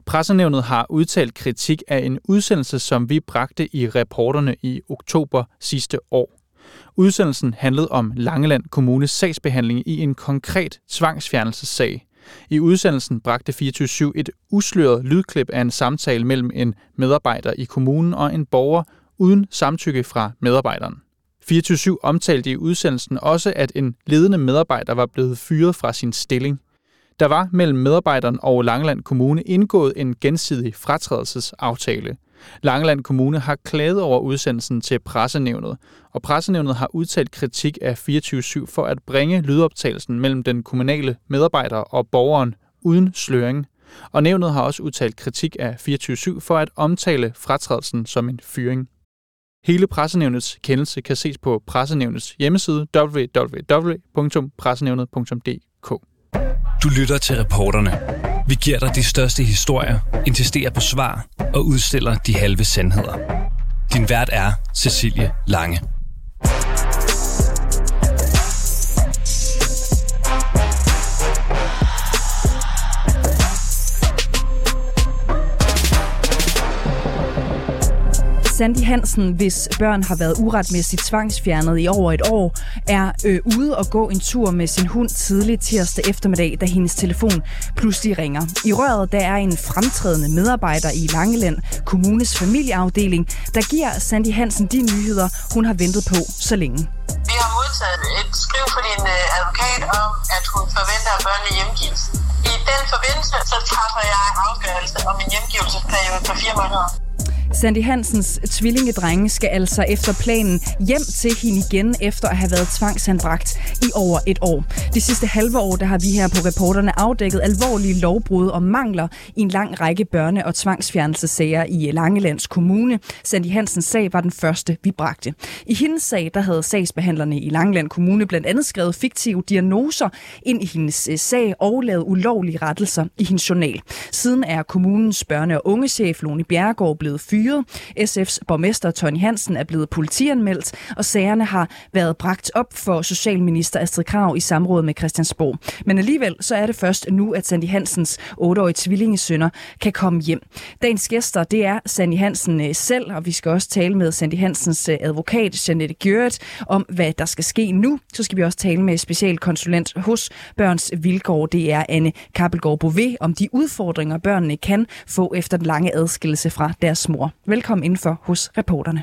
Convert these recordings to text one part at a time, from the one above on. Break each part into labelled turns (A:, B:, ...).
A: Pressenævnet har udtalt kritik af en udsendelse, som vi bragte i Reporterne i oktober sidste år. Udsendelsen handlede om Langeland Kommunes sagsbehandling i en konkret tvangsfjernelsessag. I udsendelsen bragte 24/7 et usløret lydklip af en samtale mellem en medarbejder i kommunen og en borger uden samtykke fra medarbejderen. 24/7 omtalte i udsendelsen også, at en ledende medarbejder var blevet fyret fra sin stilling. Der var mellem medarbejderen og Langeland Kommune indgået en gensidig fratrædelsesaftale. Langeland Kommune har klaget over udsendelsen til Pressenævnet, og Pressenævnet har udtalt kritik af 24/7 for at bringe lydoptagelsen mellem den kommunale medarbejder og borgeren uden sløring. Og nævnet har også udtalt kritik af 24/7 for at omtale fratrædelsen som en fyring. Hele Pressenævnets kendelse kan ses på Pressenævnets hjemmeside www.pressenævnet.dk.
B: Du lytter til Reporterne. Vi giver dig de største historier, insisterer på svar og udstiller de halve sandheder. Din vært er Cecilie Lange.
C: Sandy Hansen, hvis børn har været uretmæssigt tvangsfjernet i over et år, er ude og gå en tur med sin hund tidlig tirsdag eftermiddag, da hendes telefon pludselig ringer. I røret der er en fremtrædende medarbejder i Langeland Kommunes familieafdeling, der giver Sandy Hansen de nyheder, hun har ventet på så længe.
D: Vi har modtaget et skriv fra din advokat om, at hun forventer børnene hjemgivelse. I den forbindelse så træffer jeg afgørelse om en hjemgivelsesperiode på 4 måneder.
C: Sandy Hansens tvillingedrenge skal altså efter planen hjem til hende igen, efter at have været tvangsanbragt i over et år. De sidste halve år, der har vi her på Reporterne afdækket alvorlige lovbrud og mangler i en lang række børne- og tvangsfjernelsessager i Langelands Kommune. Sandy Hansens sag var den første, vi bragte. I hendes sag, der havde sagsbehandlerne i Langeland Kommune blandt andet skrevet fiktive diagnoser ind i hendes sag og lavet ulovlige rettelser i hendes journal. Siden er kommunens børne- og ungechef Lone Bjerregaard blevet fyret. SF's borgmester Tonni Hansen er blevet politianmeldt, og sagerne har været bragt op for socialminister Astrid Krag i samråd med Christiansborg. Men alligevel så er det først nu, at Sandy Hansens 8-årige tvillingesønner kan komme hjem. Dagens gæster, det er Sandy Hansen selv, og vi skal også tale med Sandy Hansens advokat, Jeanette Gjøret, om hvad der skal ske nu. Så skal vi også tale med specialkonsulent hos Børns Vilkår, det er Anne Kappelgaard-Bové, om de udfordringer, børnene kan få efter den lange adskillelse fra deres mor. Velkommen indenfor hos Reporterne.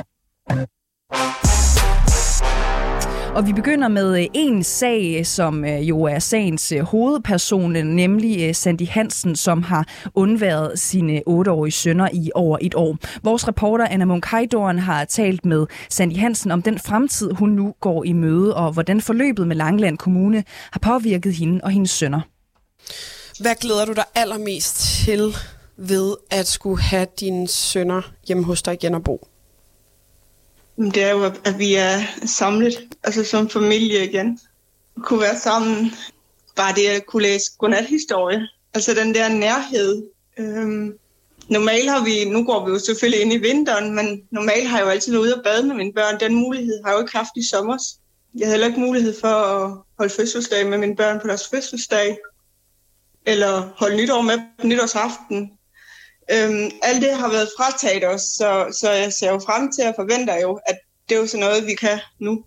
C: Og vi begynder med en sag, som jo er sagens hovedperson, nemlig Sandy Hansen, som har undværet sine 8-årige sønner i over et år. Vores reporter Anna Munk Heidorn har talt med Sandy Hansen om den fremtid, hun nu går i møde, og hvordan forløbet med Langeland Kommune har påvirket hende og hendes sønner.
E: Hvad glæder du dig allermest til ved at skulle have dine sønner hjemme hos dig igen og bo?
F: Det er jo, at vi er samlet, altså som familie igen. Kunne være sammen, bare det at kunne læse godnathistorie. Altså den der nærhed. Normalt har vi, nu går vi jo selvfølgelig ind i vinteren, men normalt har jeg jo altid været ude og bade med mine børn. Den mulighed har jeg jo ikke haft i sommer. Jeg havde heller ikke mulighed for at holde fødselsdag med mine børn på deres fødselsdag. Eller holde nytår med på nytårsaften. Alt det har været frataget os, så jeg ser jo frem til at forvente jo, at det er jo sådan noget, vi kan nu.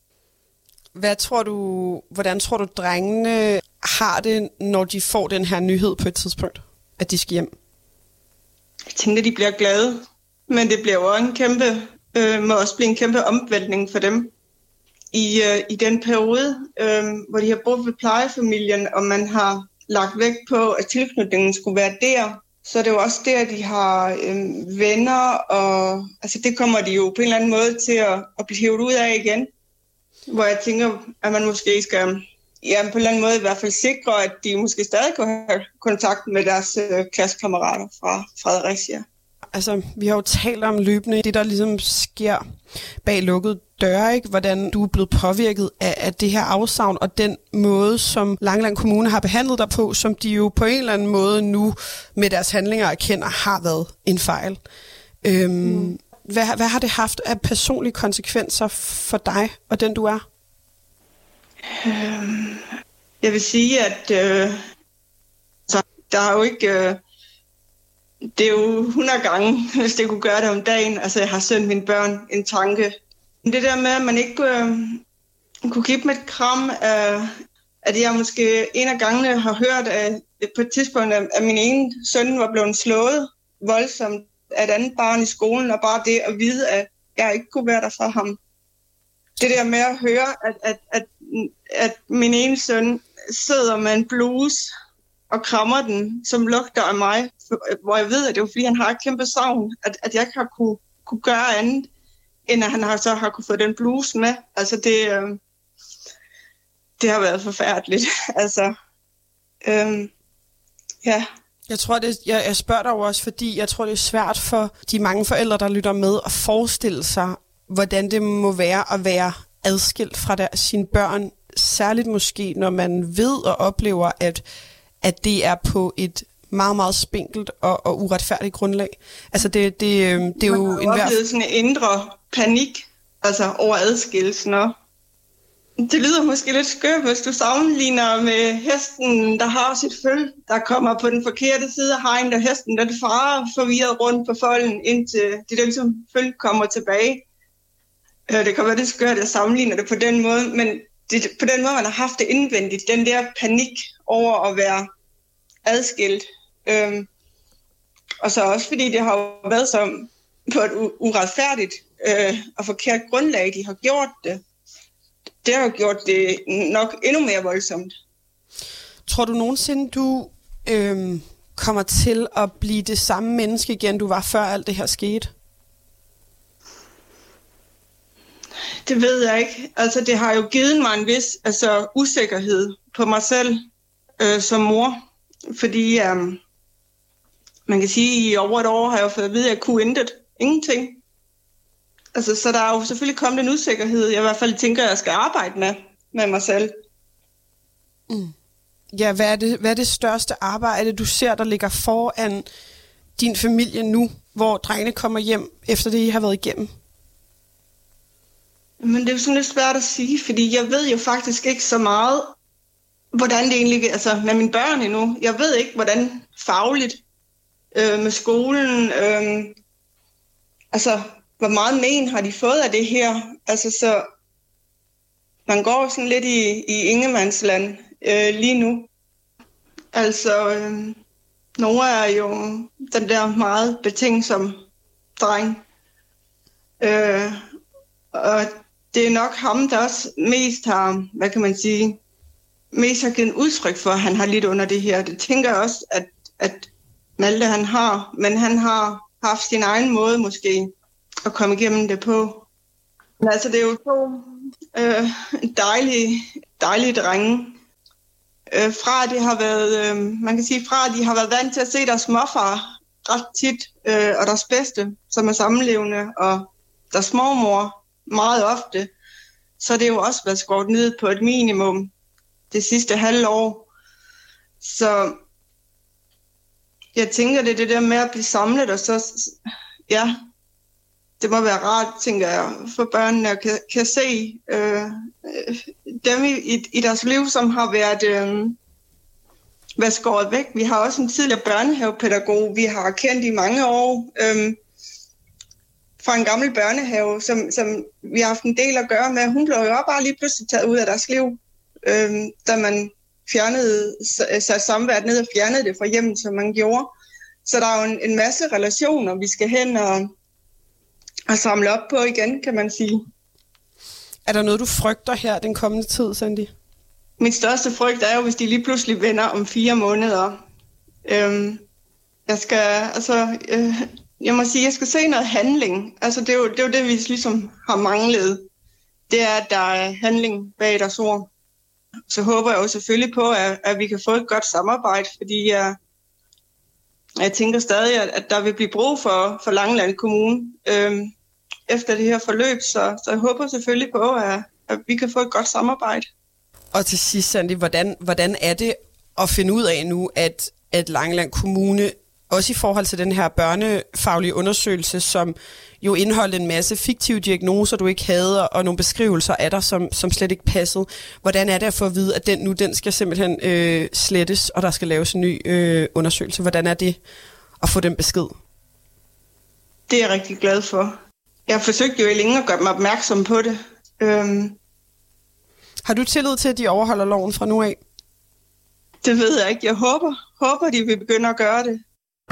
E: Hvordan tror du, drengene har det, når de får den her nyhed på et tidspunkt, at de skal hjem?
F: Jeg tænker, de bliver glade, men det bliver jo også må også blive en kæmpe omvæltning for dem. I den periode, hvor de har boet ved plejefamilien, og man har lagt vægt på, at tilknytningen skulle være der, så er det jo også der, de har venner, og altså det kommer de jo på en eller anden måde til at blive hævet ud af igen. Hvor jeg tænker, at man måske skal på en eller anden måde i hvert fald sikre, at de måske stadig kan have kontakt med deres klassekammerater fra Fredericia.
E: Altså, vi har jo talt om løbende det, der ligesom sker bag lukkede døre, ikke? Hvordan du er blevet påvirket af det her afsavn, og den måde, som Langeland Kommune har behandlet dig på, som de jo på en eller anden måde nu med deres handlinger erkender, har været en fejl. Hvad har det haft af personlige konsekvenser for dig og den, du er?
F: Jeg vil sige, at der er jo ikke... det er jo 100 gange, hvis det kunne gøre det om dagen. Altså, jeg har sendt mine børn en tanke. Det der med, at man ikke kunne give dem et kram, at jeg måske en af gangene har hørt, at på et tidspunkt, at min ene søn var blevet slået voldsomt af et andet barn i skolen, og bare det at vide, at jeg ikke kunne være der for ham. Det der med at høre, at min ene søn sidder med en bluse og krammer den, som lugter af mig, hvor jeg ved, at det er fordi, han har et kæmpe savn, at jeg ikke har kunne gøre andet, end at han så har kunne få den bluse med. Altså det har været forfærdeligt. Altså, ja.
E: Jeg tror, jeg spørger dig også, fordi jeg tror, det er svært for de mange forældre, der lytter med, at forestille sig, hvordan det må være at være adskilt fra sine børn. Særligt måske, når man ved og oplever, at det er på et meget, meget spinkelt og uretfærdigt grundlag. Altså, det er jo
F: en oplevet sådan en indre panik, altså over adskillelsen. Det lyder måske lidt skørt, hvis du sammenligner med hesten, der har sit føl, der kommer på den forkerte side af hegnet, og hesten, der farer forvirret rundt på folden, indtil det der ligesom føl kommer tilbage. Det kan være lidt skørt, at jeg sammenligner det på den måde, men det på den måde, man har haft det indvendigt, den der panik over at være adskilt. Og så også fordi det har været som på et uretfærdigt og forkert grundlag, de har gjort det. Det har gjort det nok endnu mere voldsomt.
E: Tror du nogensinde, du kommer til at blive det samme menneske igen, du var før alt det her skete?
F: Det ved jeg ikke. Altså, det har jo givet mig en vis usikkerhed på mig selv som mor. Fordi man kan sige, at i over et år har jeg jo fået at vide, at jeg kunne ingenting. Altså, så der er jo selvfølgelig kommet en usikkerhed, jeg i hvert fald tænker, at jeg skal arbejde med mig selv.
E: Mm. Ja, hvad er det største arbejde, du ser, der ligger foran din familie nu, hvor drengene kommer hjem, efter det, I har været igennem?
F: Men det er jo sådan lidt svært at sige, fordi jeg ved jo faktisk ikke så meget, hvordan det egentlig er med mine børn endnu. Jeg ved ikke, hvordan fagligt med skolen, hvor meget men har de fået af det her? Altså, så man går sådan lidt i ingemandsland lige nu. Altså, Noah er jo den der meget betænksom dreng. Og det er nok ham, der også mest har, mest har givet udtryk for, at han har lidt under det her. Det tænker jeg også, at Malte han har, men han har haft sin egen måde måske at komme igennem det på. Men altså, det er jo to dejlige drenge. Fra de har været, fra de har været vant til at se deres morfar ret tit, og deres bedste, som er sammenlevende, og deres mormor meget ofte, så det er jo også været skåret ned på et minimum det sidste halve år. Så jeg tænker, det er det der med at blive samlet, og så, ja, det må være rart, tænker jeg, for børnene at kan se dem i deres liv, som har været skåret væk. Vi har også en tidligere børnehavepædagog, vi har kendt i mange år, fra en gammel børnehave, som vi har haft en del at gøre med. Hun blev jo bare lige pludselig taget ud af deres liv, da man satte samværet ned og fjernede det fra hjemmet, som man gjorde. Så der er jo en masse relationer, vi skal hen og samle op på igen, kan man sige.
E: Er der noget, du frygter her den kommende tid, Sandy?
F: Mit største frygt er jo, hvis de lige pludselig vender om 4 måneder. Jeg må sige, jeg skal se noget handling. Altså, det er jo det, vi ligesom har manglet. Det er, at der er handling bag deres ord. Så håber jeg jo selvfølgelig på, at vi kan få et godt samarbejde, fordi jeg tænker stadig, at der vil blive brug for Langeland Kommune efter det her forløb. Så jeg håber selvfølgelig på, at vi kan få et godt samarbejde.
E: Og til sidst, Sandy, hvordan er det at finde ud af nu, at Langeland Kommune, også i forhold til den her børnefaglige undersøgelse, som jo indeholdt en masse fiktive diagnoser, du ikke havde, og nogle beskrivelser af dig, som slet ikke passede. Hvordan er det at få at vide, at den skal simpelthen slettes, og der skal laves en ny undersøgelse? Hvordan er det at få den besked?
F: Det er jeg rigtig glad for. Jeg forsøgte jo længe at gøre mig opmærksom på det.
E: Har du tillid til, at de overholder loven fra nu af?
F: Det ved jeg ikke. Jeg håber, de vil begynde at gøre det.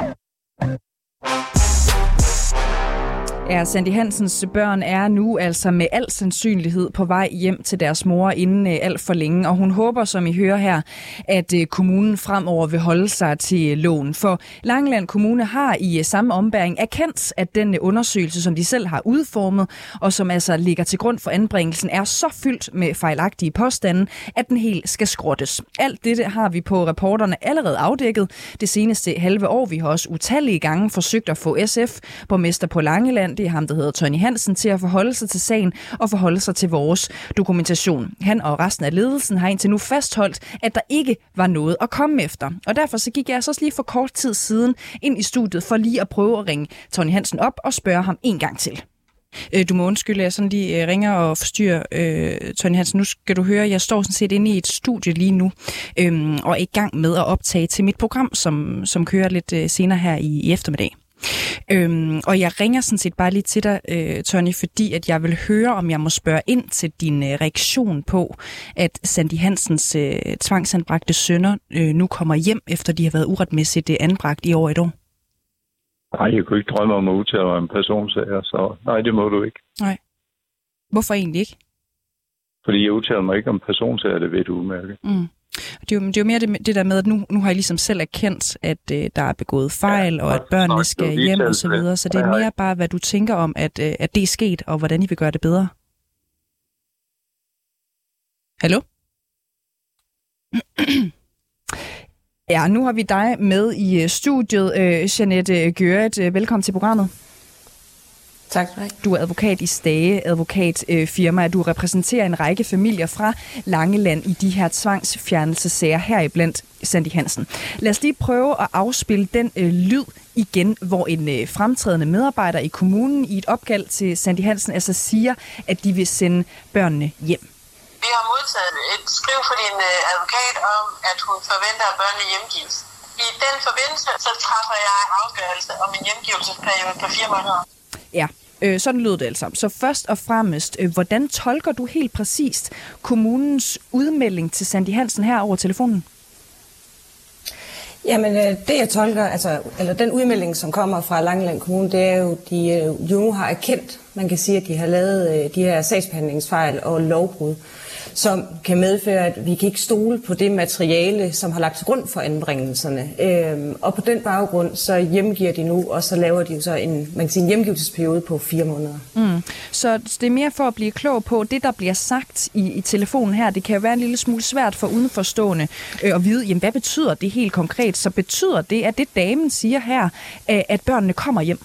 C: Ja, Sandy Hansens børn er nu altså med al sandsynlighed på vej hjem til deres mor inden alt for længe, og hun håber, som I hører her, at kommunen fremover vil holde sig til loven. For Langeland Kommune har i samme ombæring erkendt, at den undersøgelse, som de selv har udformet, og som altså ligger til grund for anbringelsen, er så fyldt med fejlagtige påstande, at den helt skal skrottes. Alt dette har vi på reporterne allerede afdækket det seneste halve år. Vi har også utallige gange forsøgt at få SF, borgmester på Langeland, det er ham, der hedder Tony Hansen, til at forholde sig til sagen og forholde sig til vores dokumentation. Han og resten af ledelsen har indtil nu fastholdt, at der ikke var noget at komme efter. Og derfor så gik jeg altså også lige for kort tid siden ind i studiet for lige at prøve at ringe Tony Hansen op og spørge ham en gang til. Du må undskylde, jeg sådan lige ringer og forstyrrer Tony Hansen. Nu skal du høre, jeg står sådan set inde i et studie lige nu og er i gang med at optage til mit program, som kører lidt senere her i eftermiddag. Og jeg ringer sådan set bare lige til dig, Tony, fordi at jeg vil høre, om jeg må spørge ind til din reaktion på, at Sandy Hansens tvangsanbragte sønner nu kommer hjem, efter de har været uretmæssigt anbragt i over et år.
G: Nej, jeg kunne ikke drømme om at udtale mig om personsager, så nej, det må du ikke.
C: Nej. Hvorfor egentlig ikke?
G: Fordi jeg udtaler mig ikke om personsager, det ved du udmærket.
C: Det er jo mere det der med, at nu har I ligesom selv erkendt, at der er begået fejl, og at børnene skal hjem og så videre. Så det er mere bare, hvad du tænker om, at det er sket, og hvordan I vil gøre det bedre. Hallo? Ja, nu har vi dig med i studiet, Jeanette Gjøret. Velkommen til programmet.
H: Tak skal du have.
C: Du er advokat i Stage advokatfirma. Du repræsenterer en række familier fra Langeland i de her tvangsfjernelsesager, heriblandt Sandy Hansen. Lad os lige prøve at afspille den lyd igen, hvor en fremtrædende medarbejder i kommunen i et opkald til Sandy Hansen altså siger, at de vil sende børnene hjem.
D: Vi har modtaget et skriv fra din advokat om, at hun forventer, at børnene hjemgives. I den forbindelse så træffer jeg en afgørelse om en hjemgivelsesperiode på 4 måneder.
C: Ja, sådan lød det altså. Så først og fremmest, hvordan tolker du helt præcist kommunens udmelding til Sandy Hansen her over telefonen?
H: Jamen, det jeg tolker, eller den udmelding, som kommer fra Langeland Kommune, det er jo, de jo har erkendt, man kan sige, at de har lavet de her sagsbehandlingsfejl og lovbrud, som kan medføre, at vi kan ikke stole på det materiale, som har lagt til grund for anbringelserne. Og på den baggrund, så hjemgiver de nu, og så laver de jo så en hjemgivelsesperiode på 4 måneder.
C: Så det er mere for at blive klog på, det der bliver sagt i telefonen her, det kan jo være en lille smule svært for udenforstående at vide, jamen hvad betyder det helt konkret? Så betyder det, at det damen siger her, at børnene kommer hjem?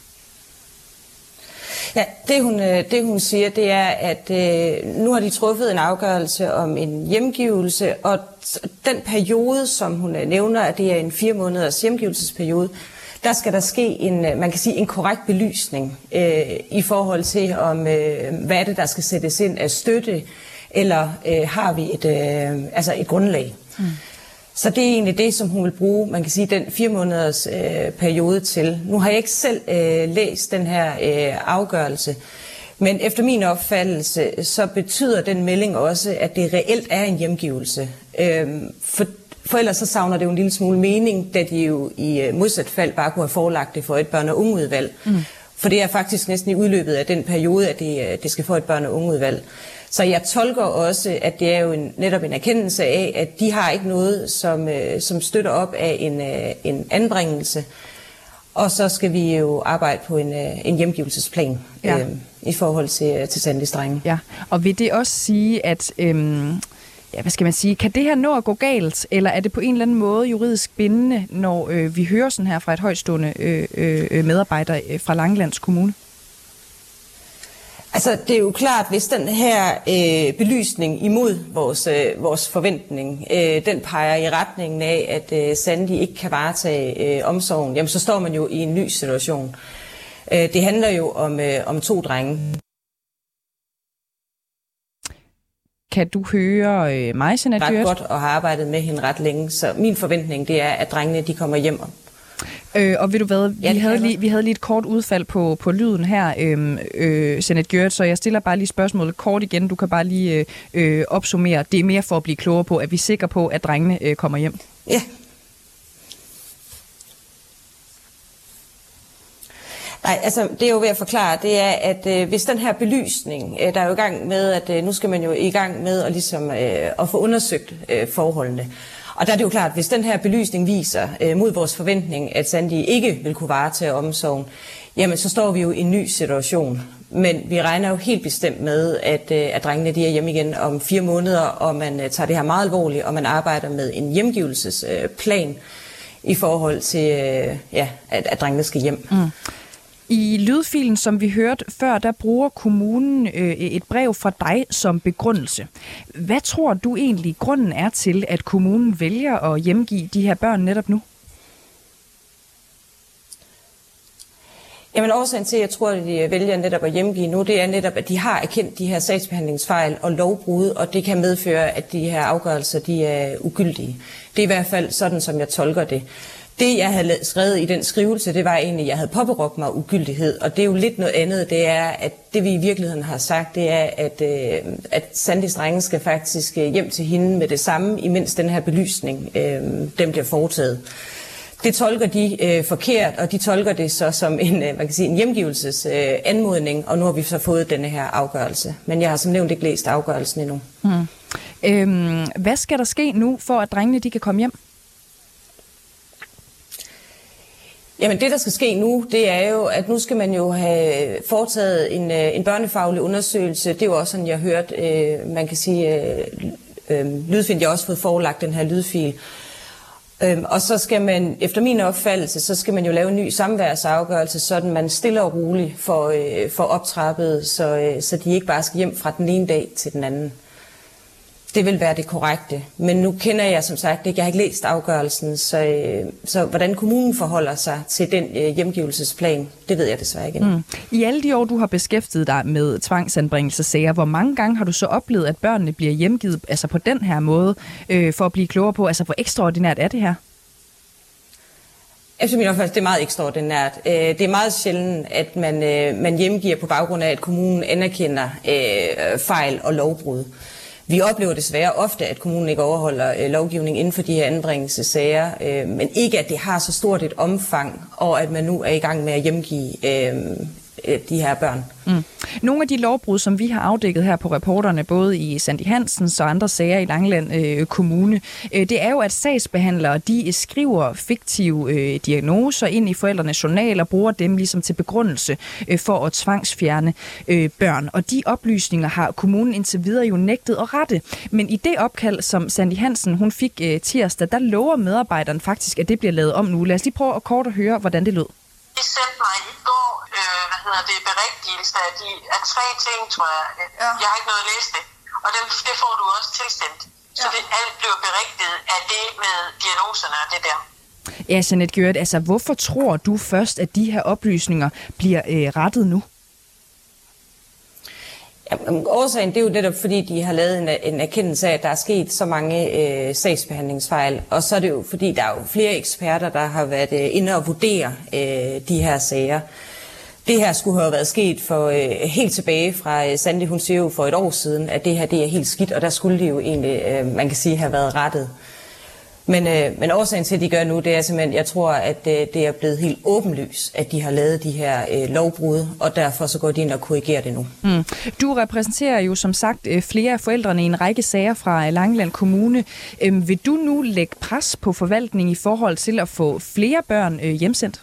H: Ja, det hun siger, det er, at nu har de truffet en afgørelse om en hjemgivelse, og den periode, som hun nævner, at det er en 4 måneders hjemgivelsesperiode, der skal der ske en korrekt belysning i forhold til, om hvad er det, der skal sættes ind af støtte, eller har vi et grundlag. Så det er egentlig det, som hun vil bruge, man kan sige, den 4 måneders periode til. Nu har jeg ikke selv læst den her afgørelse, men efter min opfattelse, så betyder den melding også, at det reelt er en hjemgivelse. For ellers så savner det jo en lille smule mening, da de jo i modsat fald bare kunne have forelagt det for et børne- og ungeudvalg. For det er faktisk næsten i udløbet af den periode, at det skal få et børne- og ungeudvalg. Så jeg tolker også, at det er jo netop en erkendelse af, at de har ikke noget, som støtter op af en anbringelse. Og så skal vi jo arbejde på en hjemgivelsesplan i forhold til Sandys drenge.
C: Ja, og vil det også sige, at hvad skal man sige, kan det her nå at gå galt, eller er det på en eller anden måde juridisk bindende, når vi hører sådan her fra et højtstående medarbejder fra Langelands Kommune?
H: Altså, det er jo klart, hvis den her belysning imod vores forventning, den peger i retningen af, at Sandy ikke kan varetage omsorgen, jamen så står man jo i en ny situation. Det handler jo om 2 drenge.
C: Kan du høre mig, Jeanette Gjøret?
H: Ret godt og har arbejdet med hende ret længe, så min forventning det er, at drengene de kommer hjem.
C: Og ved du hvad, vi havde lige et kort udfald på lyden her, Jeanette Gjert, så jeg stiller bare lige spørgsmålet kort igen. Du kan bare lige opsummere. Det er mere for at blive klogere på, at vi er sikre på, at drengene kommer hjem.
H: Ja. Nej, altså det er jo ved at forklare, det er, at hvis den her belysning, der er jo i gang med, at nu skal man jo i gang med at, ligesom, at få undersøgt forholdene. Og der er det jo klart, at hvis den her belysning viser mod vores forventning, at Sandy ikke vil kunne varetage omsorgen, jamen så står vi jo i en ny situation. Men vi regner jo helt bestemt med, at drengene de er hjemme igen om 4 måneder, og man tager det her meget alvorligt, og man arbejder med en hjemgivelsesplan i forhold til, at drengene skal hjem. Mm.
C: I lydfilen, som vi hørte før, der bruger kommunen et brev fra dig som begrundelse. Hvad tror du egentlig grunden er til, at kommunen vælger at hjemgive de her børn netop nu?
H: Jamen årsagen til, at jeg tror, at de vælger netop at hjemgive nu, det er netop, at de har erkendt de her sagsbehandlingsfejl og lovbrud, og det kan medføre, at de her afgørelser de er ugyldige. Det er i hvert fald sådan, som jeg tolker det. Det, jeg havde skrevet i den skrivelse, det var egentlig, at jeg havde påberåbt mig ugyldighed, og det er jo lidt noget andet. Det er, at det vi i virkeligheden har sagt, det er, at Sandys drenge skal faktisk hjem til hende med det samme, imens den her belysning, den bliver foretaget. Det tolker de forkert, og de tolker det så som en hjemgivelsesanmodning, og nu har vi så fået denne her afgørelse. Men jeg har som nævnt ikke læst afgørelsen endnu.
C: Hvad skal der ske nu, for at drengene de kan komme hjem?
H: Jamen det, der skal ske nu, det er jo, at nu skal man jo have foretaget en børnefaglig undersøgelse. Det er jo også sådan, jeg har hørt, man kan sige, lydfil. Jeg har også fået forelagt den her lydfil. Og så skal man, efter min opfattelse, så skal man jo lave en ny samværsafgørelse, sådan man stille og roligt for optrappet, så de ikke bare skal hjem fra den ene dag til den anden. Det vil være det korrekte. Men nu kender jeg som sagt ikke, jeg har ikke læst afgørelsen, så hvordan kommunen forholder sig til den hjemgivelsesplan, det ved jeg desværre ikke.
C: I alle de år, du har beskæftiget dig med tvangsanbringelsessager, hvor mange gange har du så oplevet, at børnene bliver hjemgivet altså på den her måde, for at blive klogere på, altså hvor ekstraordinært er det her?
H: Efter min opfattelse, det er meget ekstraordinært. Det er meget sjældent, at man hjemgiver på baggrund af, at kommunen anerkender fejl og lovbrud. Vi oplever desværre ofte, at kommunen ikke overholder lovgivning inden for de her anbringelsessager, men ikke at det har så stort et omfang, og at man nu er i gang med at hjemgive de her børn.
C: Nogle af de lovbrud, som vi har afdækket her på reporterne, både i Sandy Hansens og andre sager i Langeland Kommune, det er jo, at sagsbehandlere, de skriver fiktive diagnoser ind i forældrenes journal og bruger dem ligesom til begrundelse for at tvangsfjerne børn. Og de oplysninger har kommunen indtil videre jo nægtet at rette. Men i det opkald, som Sandy Hansen hun fik tirsdag, der lover medarbejderen faktisk, at det bliver lavet om nu. Lad os lige prøve at kort at høre, hvordan det lød.
D: De sendte mig i går, berigtigelse af 3 ting, tror jeg. Ja. Jeg har ikke noget at læse det. Og det får du også tilsendt. Så det alt bliver berigtiget af det med diagnoserne og det der.
C: Ja, Jeanette Gjert, altså hvorfor tror du først, at de her oplysninger bliver rettet nu?
H: Årsagen det er jo netop fordi, de har lavet en erkendelse af, at der er sket så mange sagsbehandlingsfejl. Og så er det jo fordi, der er jo flere eksperter, der har været inde og vurdere de her sager. Det her skulle have været sket for helt tilbage fra Sandy, hun siger jo for et år siden, at det her det er helt skidt, og der skulle det jo egentlig, man kan sige, have været rettet. Men årsagen til, at de gør nu, det er simpelthen, jeg tror, at det er blevet helt åbenlyst, at de har lavet de her lovbrud, og derfor så går de ind og korrigerer det nu.
C: Du repræsenterer jo som sagt flere af forældrene i en række sager fra Langeland Kommune. Vil du nu lægge pres på forvaltningen i forhold til at få flere børn hjemsendt?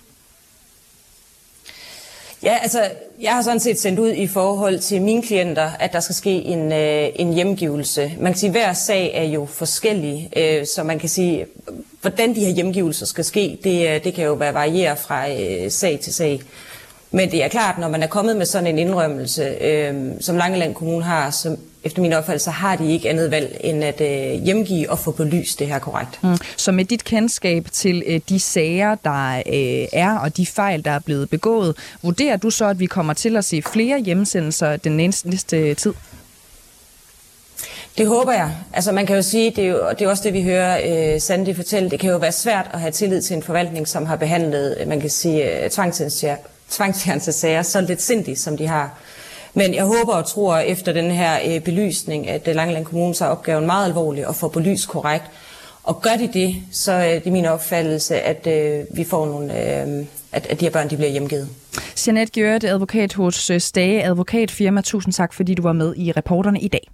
H: Ja, altså, jeg har sådan set sendt ud i forhold til mine klienter, at der skal ske en hjemgivelse. Man kan sige, at hver sag er jo forskellig, så man kan sige, hvordan de her hjemgivelser skal ske, det kan jo variere fra sag til sag. Men det er klart, når man er kommet med sådan en indrømmelse, som Langeland Kommune har, som efter min opfattelse, så har de ikke andet valg end at hjemgive og få belyst det her korrekt.
C: Så med dit kendskab til de sager, der er, og de fejl, der er blevet begået, vurderer du så, at vi kommer til at se flere hjemsendelser den næste tid?
H: Det håber jeg. Altså man kan jo sige, det er også det, vi hører Sandy fortælle. Det kan jo være svært at have tillid til en forvaltning, som har behandlet, man kan sige, tvangsfjernelsessager så lidt sindigt, som de har. Men jeg håber og tror efter den her belysning, at Langeland Kommune tager opgaven meget alvorligt og får belyst korrekt. Og gør de det, så er det min opfattelse, at vi får nogle, at de her børn de bliver hjemgivet.
C: Jeanette Gjørde, advokat hos Stage Advokatfirma. Tusind tak, fordi du var med i Reporterne i dag.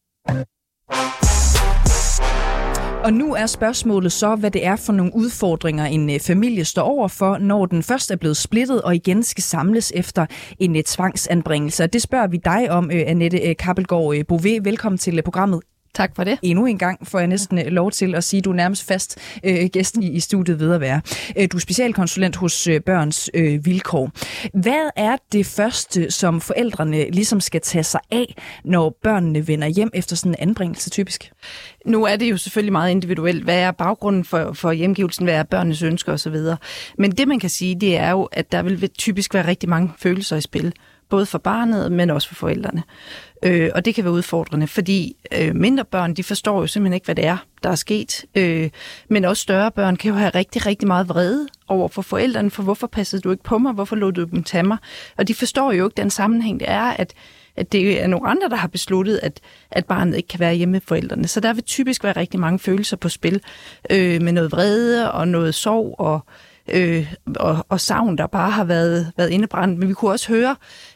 C: Og nu er spørgsmålet så, hvad det er for nogle udfordringer, en familie står overfor, når den først er blevet splittet og igen skal samles efter en tvangsanbringelse. Det spørger vi dig om, Annette Kappelgaard-Bouvet. Velkommen til programmet.
I: Tak for det.
C: Endnu en gang får jeg næsten lov til at sige, at du er nærmest fast gæst i studiet ved at være. Du er specialkonsulent hos Børns Vilkår. Hvad er det første, som forældrene ligesom skal tage sig af, når børnene vender hjem efter sådan en anbringelse typisk?
I: Nu er det jo selvfølgelig meget individuelt. Hvad er baggrunden for hjemgivelsen? Hvad er børnenes ønsker osv.? Men det, man kan sige, det er jo, at der vil typisk være rigtig mange følelser i spil. Både for barnet, men også for forældrene. Og det kan være udfordrende, fordi mindre børn, de forstår jo simpelthen ikke, hvad det er, der er sket. Men også større børn kan jo have rigtig, rigtig meget vrede over for forældrene, for hvorfor passede du ikke på mig, hvorfor lod du dem tage mig? Og de forstår jo ikke den sammenhæng, det er, at det er nogle andre, der har besluttet, at barnet ikke kan være hjemme med forældrene. Så der vil typisk være rigtig mange følelser på spil, med noget vrede og noget sorg og savn, der bare har været indebrændt. Men vi kunne også høre,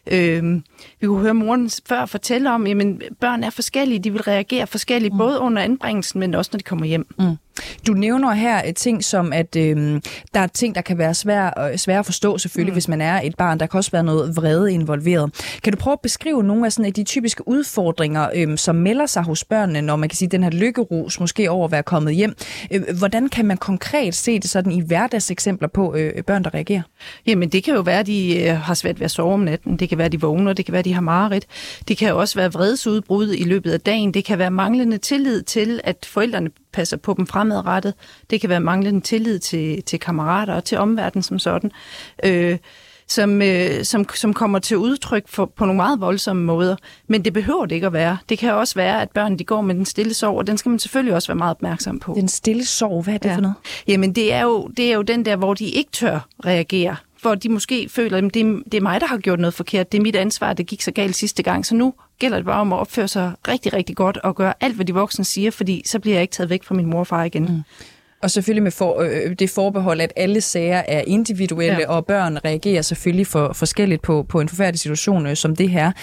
I: moren før fortælle om, at børn er forskellige, de vil reagere forskelligt, både under anbringelsen, men også når de kommer hjem.
C: Mm. Du nævner her ting som, at der er ting, der kan være svære at forstå selvfølgelig, hvis man er et barn. Der kan også være noget vrede involveret. Kan du prøve at beskrive nogle af sådan de typiske udfordringer, som melder sig hos børnene, når man kan sige, den her lykkerus måske over at være kommet hjem? Hvordan kan man konkret se det sådan i hverdagseksempler på børn, der reagerer?
I: Jamen det kan jo være, at de har svært ved at sove om natten. Det kan være, at de vågner. Det kan være, at de har mareridt. Det kan jo også være vredesudbrud i løbet af dagen. Det kan være manglende tillid til, at forældrene passer på dem fremadrettet. Det kan være manglende tillid til kammerater og til omverdenen som sådan, som kommer til udtryk på nogle meget voldsomme måder. Men det behøver det ikke at være. Det kan også være, at børn de går med den stille sorg, og den skal man selvfølgelig også være meget opmærksom på.
C: Den stille sorg, hvad er det for noget?
I: Jamen det er jo den der, hvor de ikke tør reagere. Hvor de måske føler, at det er mig, der har gjort noget forkert. Det er mit ansvar, det gik så galt sidste gang. Så nu gælder det bare om at opføre sig rigtig, rigtig godt og gøre alt, hvad de voksne siger, fordi så bliver jeg ikke taget væk fra min mor og far igen. Mm.
C: Og selvfølgelig med det forbehold, at alle sager er individuelle, og børn reagerer selvfølgelig forskelligt på en forfærdelig situation som det her.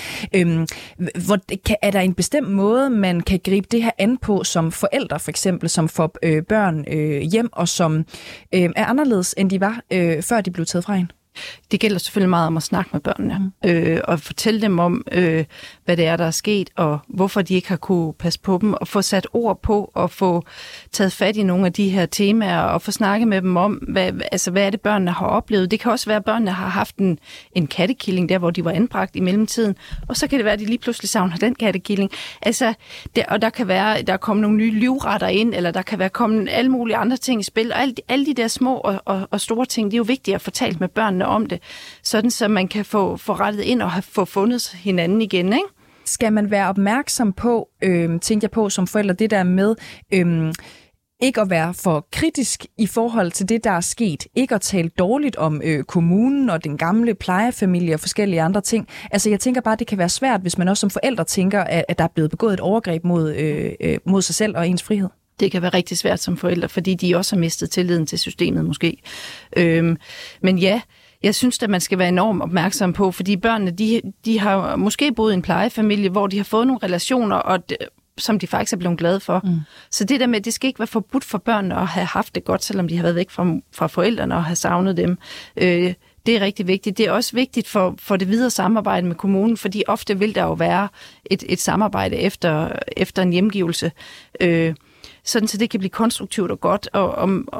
C: Er der en bestemt måde, man kan gribe det her an på som forældre, for eksempel, som får børn hjem, og som er anderledes, end de var, før de blev taget fra en?
I: Det gælder selvfølgelig meget om at snakke med børnene, og fortælle dem om, hvad det er, der er sket, og hvorfor de ikke har kunne passe på dem, og få sat ord på, og få taget fat i nogle af de her temaer, og få snakket med dem om, hvad er det, børnene har oplevet. Det kan også være, at børnene har haft en kattekilling, der hvor de var anbragt i mellemtiden, og så kan det være, at de lige pludselig savner den kattekilling. Og der kan være, der er kommet nogle nye livretter ind, eller der kan være kommet alle mulige andre ting i spil, og alle de der små og store ting, det er jo vigtigt at få talt med børnene om det, sådan så man kan få rettet ind og få fundet hinanden igen, ikke?
C: Skal man være opmærksom på, tænker jeg på som forældre, det der med ikke at være for kritisk i forhold til det, der er sket. Ikke at tale dårligt om kommunen og den gamle plejefamilie og forskellige andre ting. Altså jeg tænker bare, det kan være svært, hvis man også som forældre tænker, at der er blevet begået et overgreb mod sig selv og ens frihed.
I: Det kan være rigtig svært som forældre, fordi de også har mistet tilliden til systemet måske. Men ja, jeg synes, at man skal være enormt opmærksom på, fordi børnene, de har måske boet i en plejefamilie, hvor de har fået nogle relationer, som de faktisk er blevet glade for. Mm. Så det der med, det skal ikke være forbudt for børnene at have haft det godt, selvom de har været væk fra forældrene og have savnet dem. Det er rigtig vigtigt. Det er også vigtigt for det videre samarbejde med kommunen, fordi ofte vil der jo være et samarbejde efter en hjemgivelse, sådan så det kan blive konstruktivt og godt,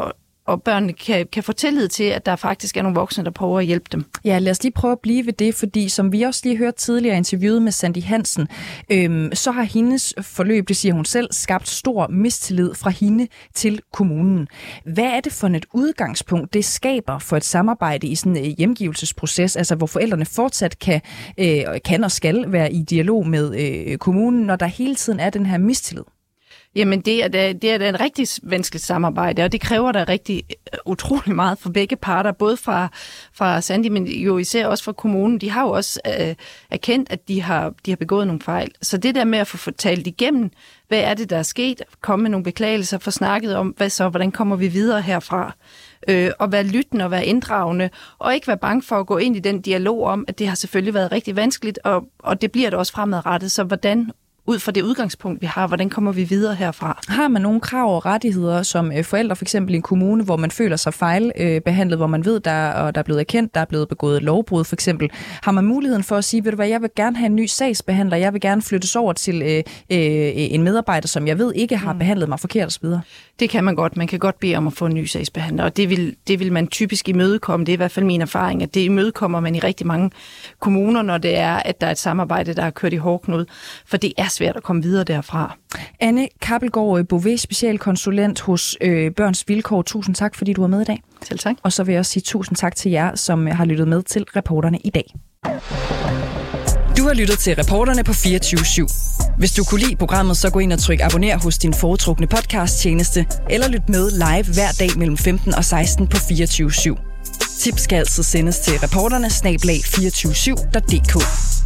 I: og børnene kan få tillid til, at der faktisk er nogle voksne, der prøver at hjælpe dem.
C: Ja, lad os lige prøve at blive ved det, fordi som vi også lige hørte tidligere i interviewet med Sandy Hansen, så har hendes forløb, det siger hun selv, skabt stor mistillid fra hende til kommunen. Hvad er det for et udgangspunkt, det skaber for et samarbejde i sådan en hjemgivelsesproces, altså hvor forældrene fortsat kan og skal være i dialog med kommunen, når der hele tiden er den her mistillid?
I: Jamen, det er da et rigtig vanskeligt samarbejde, og det kræver da rigtig utrolig meget for begge parter, både fra Sandy, men jo især også fra kommunen. De har jo også erkendt, at de har begået nogle fejl. Så det der med at få talt igennem, hvad er det, der er sket, komme med nogle beklagelser, få snakket om, hvordan kommer vi videre herfra, og være lyttende og være inddragende, og ikke være bange for at gå ind i den dialog om, at det har selvfølgelig været rigtig vanskeligt, og det bliver det også fremadrettet, så hvordan ud fra det udgangspunkt, vi har, hvordan kommer vi videre herfra?
C: Har man nogle krav og rettigheder som forældre, for eksempel i en kommune, hvor man føler sig fejlbehandlet, hvor man ved, der er blevet erkendt, der er blevet begået lovbrud for eksempel? Har man muligheden for at sige, ved du hvad, jeg vil gerne have en ny sagsbehandler, jeg vil gerne flyttes over til en medarbejder, som jeg ved ikke har behandlet mig forkert osv.?
I: Det kan man godt. Man kan godt bede om at få en ny sagsbehandler, og det vil man typisk imødekomme. Det er i hvert fald min erfaring, at det imødekommer man i rigtig mange kommuner, når det er, at der er et samarbejde, der er kørt i hårdknude, for det er svært at komme videre derfra.
C: Anne Kappelgaard Bové, specialkonsulent hos Børns Vilkår. Tusind tak, fordi du var med i dag.
I: Selv tak.
C: Og så vil jeg også sige tusind tak til jer, som har lyttet med til Reporterne i dag. Du har lyttet til Reporterne på 24/7. Hvis du kunne lide programmet, så gå ind og tryk abonner hos din foretrukne podcasttjeneste, eller lyt med live hver dag mellem 15 og 16 på 24/7. Tips skal altid sendes til reporterne@247.dk.